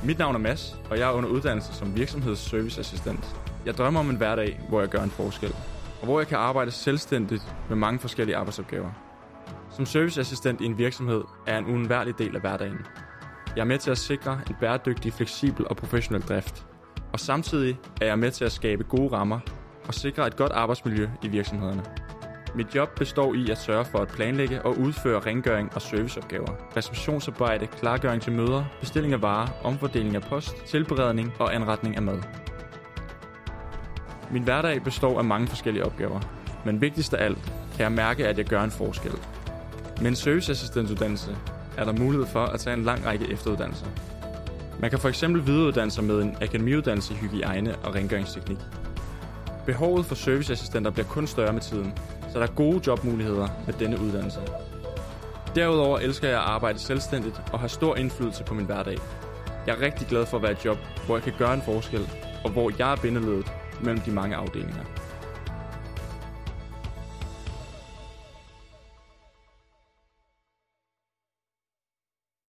Mit navn er Mads, og jeg er under uddannelse som virksomhedsserviceassistent. Jeg drømmer om en hverdag, hvor jeg gør en forskel, og hvor jeg kan arbejde selvstændigt med mange forskellige arbejdsopgaver. Som serviceassistent i en virksomhed er en uundværlig del af hverdagen. Jeg er med til at sikre en bæredygtig, fleksibel og professionel drift. Og samtidig er jeg med til at skabe gode rammer og sikre et godt arbejdsmiljø i virksomhederne. Mit job består i at sørge for at planlægge og udføre rengøring og serviceopgaver, receptionsarbejde, klargøring til møder, bestilling af varer, omfordeling af post, tilberedning og anretning af mad. Min hverdag består af mange forskellige opgaver, men vigtigst af alt kan jeg mærke, at jeg gør en forskel. Med en serviceassistentuddannelse er der mulighed for at tage en lang række efteruddannelser. Man kan f.eks. videreuddanne sig med en akademiuddannelse i hygiejne og rengøringsteknik. Behovet for serviceassistenter bliver kun større med tiden, så der er gode jobmuligheder med denne uddannelse. Derudover elsker jeg at arbejde selvstændigt og har stor indflydelse på min hverdag. Jeg er rigtig glad for at være i et job, hvor jeg kan gøre en forskel, og hvor jeg er bindeleddet mellem de mange afdelinger.